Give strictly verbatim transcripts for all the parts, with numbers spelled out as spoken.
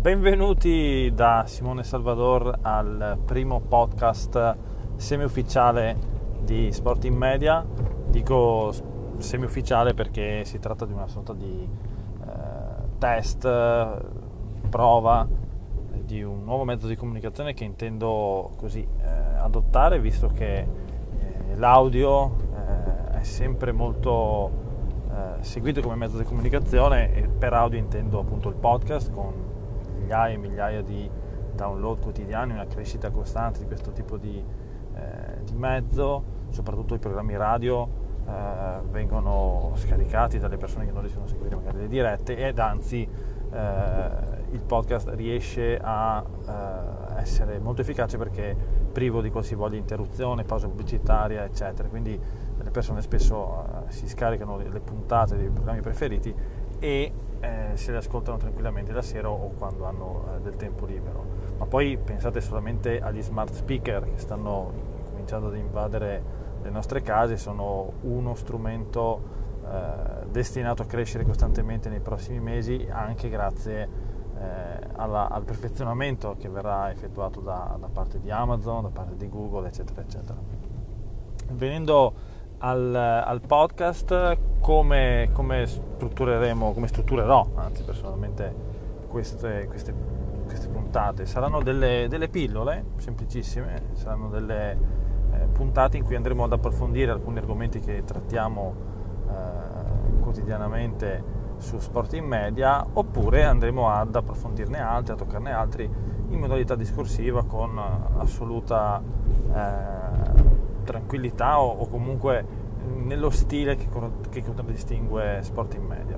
Benvenuti da Simone Salvador al primo podcast semi-ufficiale di Sport in Media. Dico semi-ufficiale perché si tratta di una sorta di eh, test, prova di un nuovo mezzo di comunicazione che intendo così eh, adottare, visto che eh, l'audio eh, è sempre molto eh, seguito come mezzo di comunicazione, e per audio intendo appunto il podcast con migliaia e migliaia di download quotidiani, una crescita costante di questo tipo di, eh, di mezzo. Soprattutto i programmi radio eh, vengono scaricati dalle persone che non riescono a seguire magari le dirette, ed anzi eh, il podcast riesce a eh, essere molto efficace perché privo di qualsivoglia interruzione, pausa pubblicitaria, eccetera. Quindi le persone spesso eh, si scaricano le puntate dei programmi preferiti e eh, se le ascoltano tranquillamente la sera o quando hanno eh, del tempo libero. Ma poi pensate solamente agli smart speaker che stanno cominciando ad invadere le nostre case. Sono uno strumento eh, destinato a crescere costantemente nei prossimi mesi, anche grazie eh, alla, al perfezionamento che verrà effettuato da, da parte di Amazon, da parte di Google, eccetera eccetera. Venendo Al, al podcast, come, come struttureremo, come strutturerò, anzi personalmente, queste, queste, queste puntate. Saranno delle, delle pillole semplicissime, saranno delle eh, puntate in cui andremo ad approfondire alcuni argomenti che trattiamo eh, quotidianamente su Sport in Media, oppure andremo ad approfondirne altri, a toccarne altri in modalità discorsiva con assoluta eh, tranquillità o, o comunque nello stile che, che contraddistingue Sport in Media.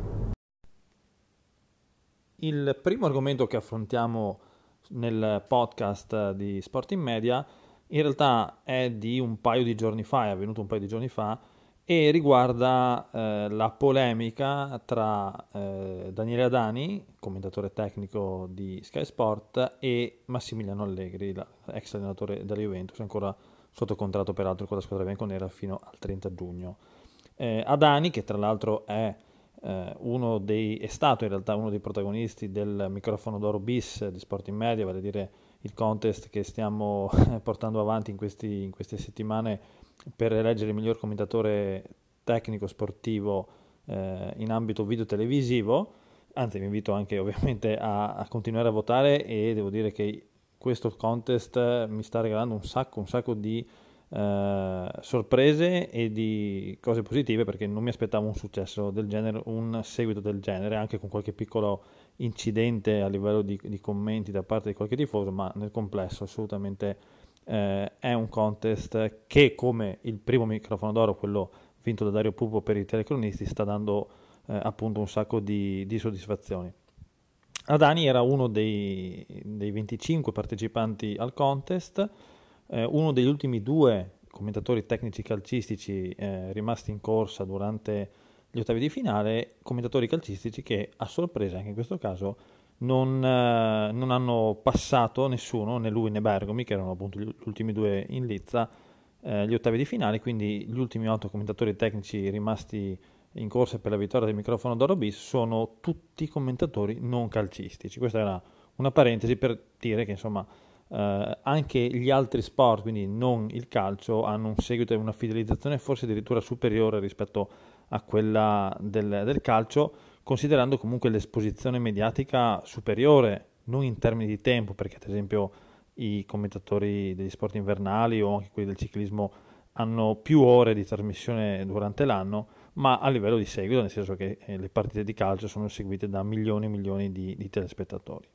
Il primo argomento che affrontiamo nel podcast di Sport in Media in realtà è di un paio di giorni fa, è avvenuto un paio di giorni fa, e riguarda eh, la polemica tra eh, Daniele Adani, commentatore tecnico di Sky Sport, e Massimiliano Allegri, ex allenatore della Juventus, ancora sotto contratto peraltro con la squadra bianconera fino al trenta giugno. Eh, Adani, che tra l'altro è eh, uno dei, è stato in realtà uno dei protagonisti del microfono d'oro bis di Sport in Media, vale a dire il contest che stiamo portando avanti in, questi, in queste settimane per eleggere il miglior commentatore tecnico sportivo eh, in ambito video televisivo. Anzi, vi invito anche ovviamente a, a continuare a votare, e devo dire che questo contest mi sta regalando un sacco, un sacco di eh, sorprese e di cose positive, perché non mi aspettavo un successo del genere, un seguito del genere, anche con qualche piccolo incidente a livello di, di commenti da parte di qualche tifoso, ma nel complesso assolutamente eh, è un contest che, come il primo microfono d'oro, quello vinto da Dario Pupo per i telecronisti, sta dando eh, appunto un sacco di, di soddisfazioni. Adani era uno dei, dei venticinque partecipanti al contest, eh, uno degli ultimi due commentatori tecnici calcistici eh, rimasti in corsa durante gli ottavi di finale, commentatori calcistici che a sorpresa anche in questo caso non, eh, non hanno passato nessuno, né lui né Bergomi, che erano appunto gli ultimi due in lizza, eh, gli ottavi di finale. Quindi gli ultimi otto commentatori tecnici rimasti in corsa per la vittoria del microfono d'oro bis sono tutti commentatori non calcistici. Questa era una parentesi per dire che insomma eh, anche gli altri sport, quindi non il calcio, hanno un seguito e una fidelizzazione forse addirittura superiore rispetto a quella del, del calcio, considerando comunque l'esposizione mediatica superiore, non in termini di tempo, perché ad esempio i commentatori degli sport invernali o anche quelli del ciclismo hanno più ore di trasmissione durante l'anno, ma a livello di seguito, nel senso che eh, le partite di calcio sono seguite da milioni e milioni di, di telespettatori.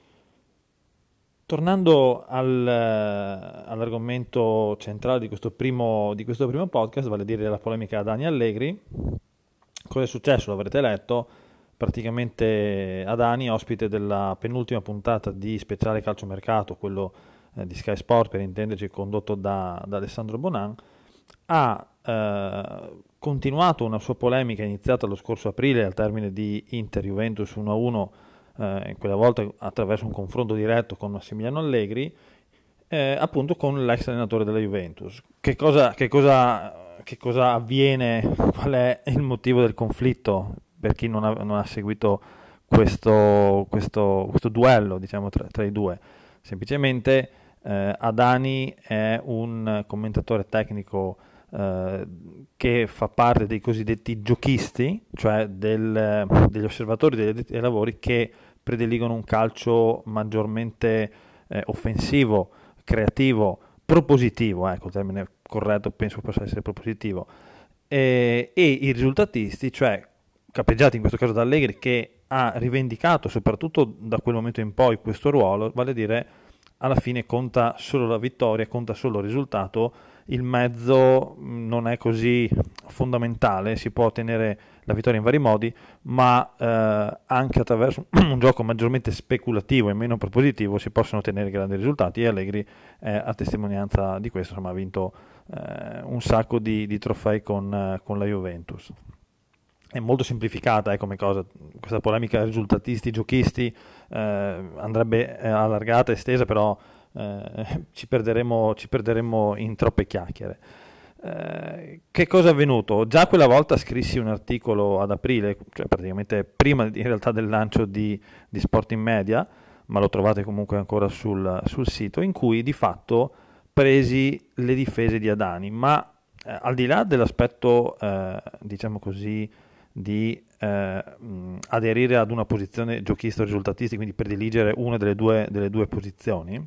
Tornando al, eh, all'argomento centrale di questo, primo, di questo primo podcast, vale a dire la polemica Adani Allegri, cosa è successo? Lo avrete letto. Praticamente Adani, ospite della penultima puntata di Speciale Calciomercato, quello eh, di Sky Sport per intenderci, condotto da, da Alessandro Bonan, ha eh, continuato una sua polemica iniziata lo scorso aprile al termine di Inter-Juventus uno a uno, eh, quella volta attraverso un confronto diretto con Massimiliano Allegri, eh, appunto con l'ex allenatore della Juventus. Che cosa, che cosa, che cosa avviene? Qual è il motivo del conflitto? Per chi non ha, non ha seguito questo, questo, questo duello, diciamo, tra, tra i due. Semplicemente eh, Adani è un commentatore tecnico eh, che fa parte dei cosiddetti giochisti, cioè del- degli osservatori degli addetti ai lavori che prediligono un calcio maggiormente eh, offensivo, creativo, propositivo, ecco il termine corretto penso possa essere propositivo, e, e i risultatisti, cioè capeggiati in questo caso da Allegri, che ha rivendicato soprattutto da quel momento in poi questo ruolo, vale a dire alla fine conta solo la vittoria, conta solo il risultato, il mezzo mh, non è così fondamentale, si può ottenere la vittoria in vari modi, ma eh, anche attraverso un gioco maggiormente speculativo e meno propositivo si possono ottenere grandi risultati e Allegri è a testimonianza di questo, insomma ha vinto eh, un sacco di, di trofei con, eh, con la Juventus. È molto semplificata eh, come cosa, questa polemica risultatisti, giochisti eh, andrebbe eh, allargata, estesa, però eh, ci perderemo, ci perderemo in troppe chiacchiere. Eh, che cosa è avvenuto? Già quella volta scrissi un articolo ad aprile, cioè praticamente prima in realtà del lancio di, di Sport in Media, ma lo trovate comunque ancora sul, sul sito, in cui di fatto presi le difese di Adani, ma eh, al di là dell'aspetto, eh, diciamo così, di eh, mh, aderire ad una posizione giochista o risultatisti, quindi prediligere una delle due, delle due posizioni,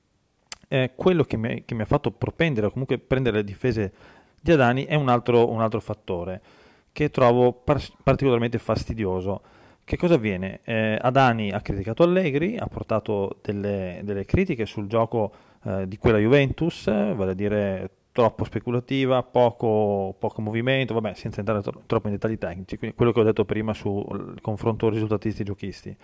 eh, quello che mi, che mi ha fatto propendere o comunque prendere le difese di Adani è un altro, un altro fattore che trovo par- particolarmente fastidioso. Che cosa avviene? Eh, Adani ha criticato Allegri, ha portato delle, delle critiche sul gioco eh, di quella Juventus, eh, vale a dire troppo speculativa, poco, poco movimento, vabbè, senza entrare tro- troppo in dettagli tecnici, quindi quello che ho detto prima sul confronto risultatisti-giochisti.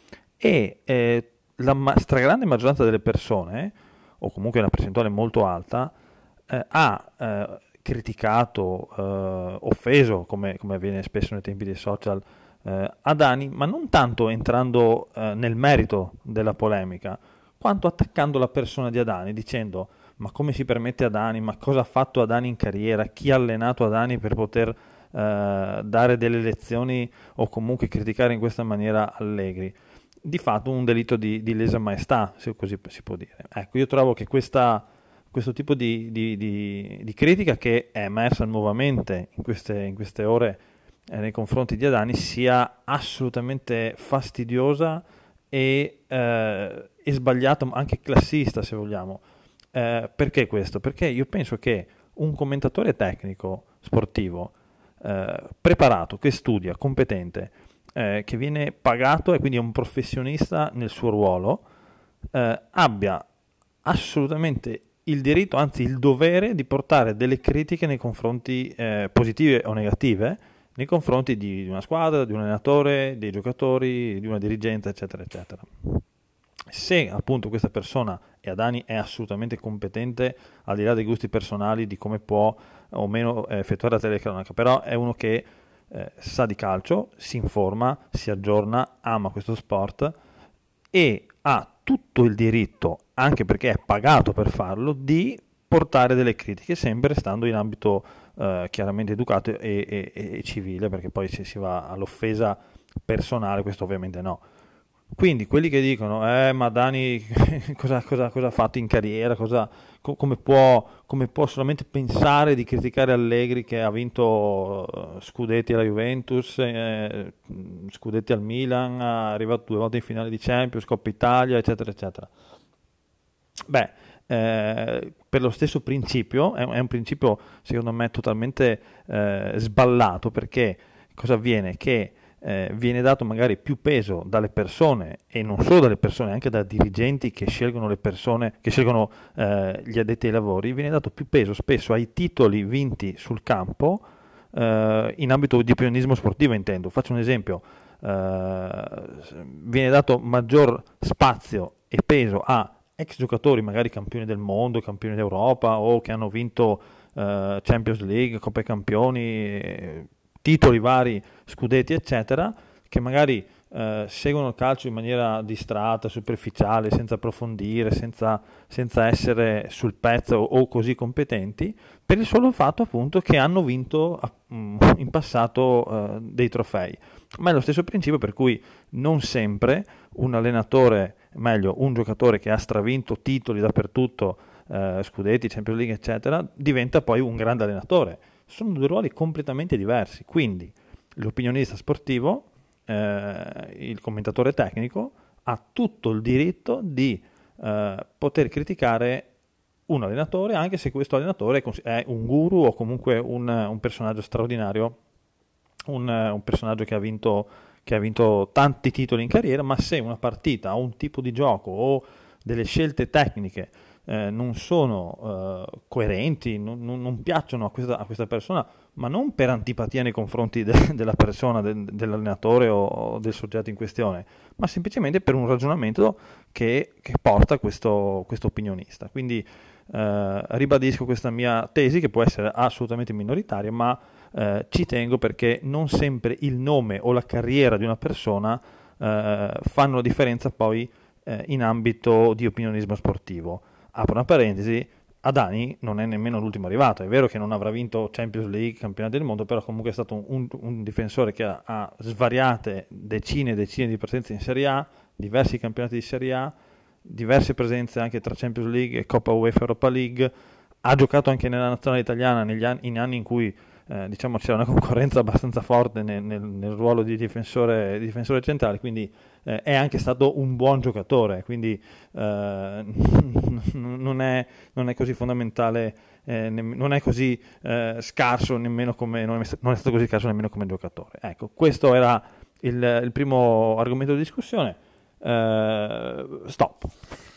E eh, la ma- stragrande maggioranza delle persone, o comunque una percentuale molto alta, eh, ha eh, criticato, eh, offeso, come, come avviene spesso nei tempi dei social, eh, Adani, ma non tanto entrando eh, nel merito della polemica, quanto attaccando la persona di Adani, dicendo ma come si permette Adani, ma cosa ha fatto Adani in carriera, chi ha allenato Adani per poter eh, dare delle lezioni o comunque criticare in questa maniera Allegri. Di fatto un delitto di, di lesa maestà, se così si può dire. Ecco, io trovo che questa, questo tipo di, di, di, di critica che è emersa nuovamente in queste, in queste ore eh, nei confronti di Adani sia assolutamente fastidiosa e, eh, e sbagliata, ma anche classista se vogliamo. Eh, perché questo? Perché io penso che un commentatore tecnico sportivo eh, preparato, che studia, competente, eh, che viene pagato e quindi è un professionista nel suo ruolo, eh, abbia assolutamente il diritto, anzi il dovere di portare delle critiche nei confronti eh, positive o negative nei confronti di, di una squadra, di un allenatore, dei giocatori, di una dirigenza, eccetera, eccetera. Se appunto questa persona, e Adani è assolutamente competente al di là dei gusti personali di come può o meno eh, effettuare la telecronaca, però è uno che eh, sa di calcio, si informa, si aggiorna, ama questo sport e ha tutto il diritto, anche perché è pagato per farlo, di portare delle critiche, sempre stando in ambito eh, chiaramente educato e, e- e civile, perché poi se si va all'offesa personale, questo ovviamente no. Quindi quelli che dicono, eh, ma Dani cosa, cosa- cosa ha fatto in carriera, cosa- co- come può, come può solamente pensare di criticare Allegri che ha vinto eh, scudetti alla Juventus, eh, scudetti al Milan, è arrivato due volte in finale di Champions, Coppa Italia, eccetera, eccetera. Beh, eh, per lo stesso principio, è, un è un principio secondo me totalmente eh, sballato, perché cosa avviene? Che eh, viene dato magari più peso dalle persone e non solo dalle persone, anche da dirigenti che scelgono le persone, che scelgono eh, gli addetti ai lavori, viene dato più peso spesso ai titoli vinti sul campo eh, in ambito di pionismo sportivo intendo. Faccio un esempio, eh, viene dato maggior spazio e peso a ex giocatori, magari campioni del mondo, campioni d'Europa o che hanno vinto eh, Champions League, Coppa dei Campioni, eh, titoli vari, scudetti, eccetera, che magari eh, seguono il calcio in maniera distratta, superficiale, senza approfondire, senza, senza essere sul pezzo o, o così competenti, per il solo fatto appunto che hanno vinto mm, in passato eh, dei trofei. Ma è lo stesso principio per cui non sempre un allenatore, meglio un giocatore che ha stravinto titoli dappertutto, eh, scudetti, Champions League eccetera, diventa poi un grande allenatore. Sono due ruoli completamente diversi, quindi l'opinionista sportivo, eh, il commentatore tecnico, ha tutto il diritto di eh, poter criticare un allenatore, anche se questo allenatore è un guru o comunque un, un personaggio straordinario, un, un personaggio che ha vinto che ha vinto tanti titoli in carriera, ma se una partita o un tipo di gioco o delle scelte tecniche eh, non sono eh, coerenti, non, non, non piacciono a questa, a questa persona, ma non per antipatia nei confronti de, della persona, de, dell'allenatore o, o del soggetto in questione, ma semplicemente per un ragionamento che, che porta questo, questo opinionista. Quindi eh, ribadisco questa mia tesi, che può essere assolutamente minoritaria, ma eh, ci tengo perché non sempre il nome o la carriera di una persona eh, fanno la differenza poi eh, in ambito di opinionismo sportivo. Apro una parentesi, Adani non è nemmeno l'ultimo arrivato, è vero che non avrà vinto Champions League, campionati del mondo, però comunque è stato un, un, un difensore che ha, ha svariate decine e decine di presenze in Serie A, diversi campionati di Serie A, diverse presenze anche tra Champions League e Coppa UEFA Europa League, ha giocato anche nella nazionale italiana negli anni, in anni in cui eh, diciamo c'era una concorrenza abbastanza forte nel, nel, nel ruolo di difensore, di difensore centrale, quindi eh, è anche stato un buon giocatore, quindi eh, non, è, non è così fondamentale, eh, nemm- non è così eh, scarso nemmeno come, non è, non è stato così scarso nemmeno come giocatore. Ecco, questo era il, il primo argomento di discussione. Uh, stop.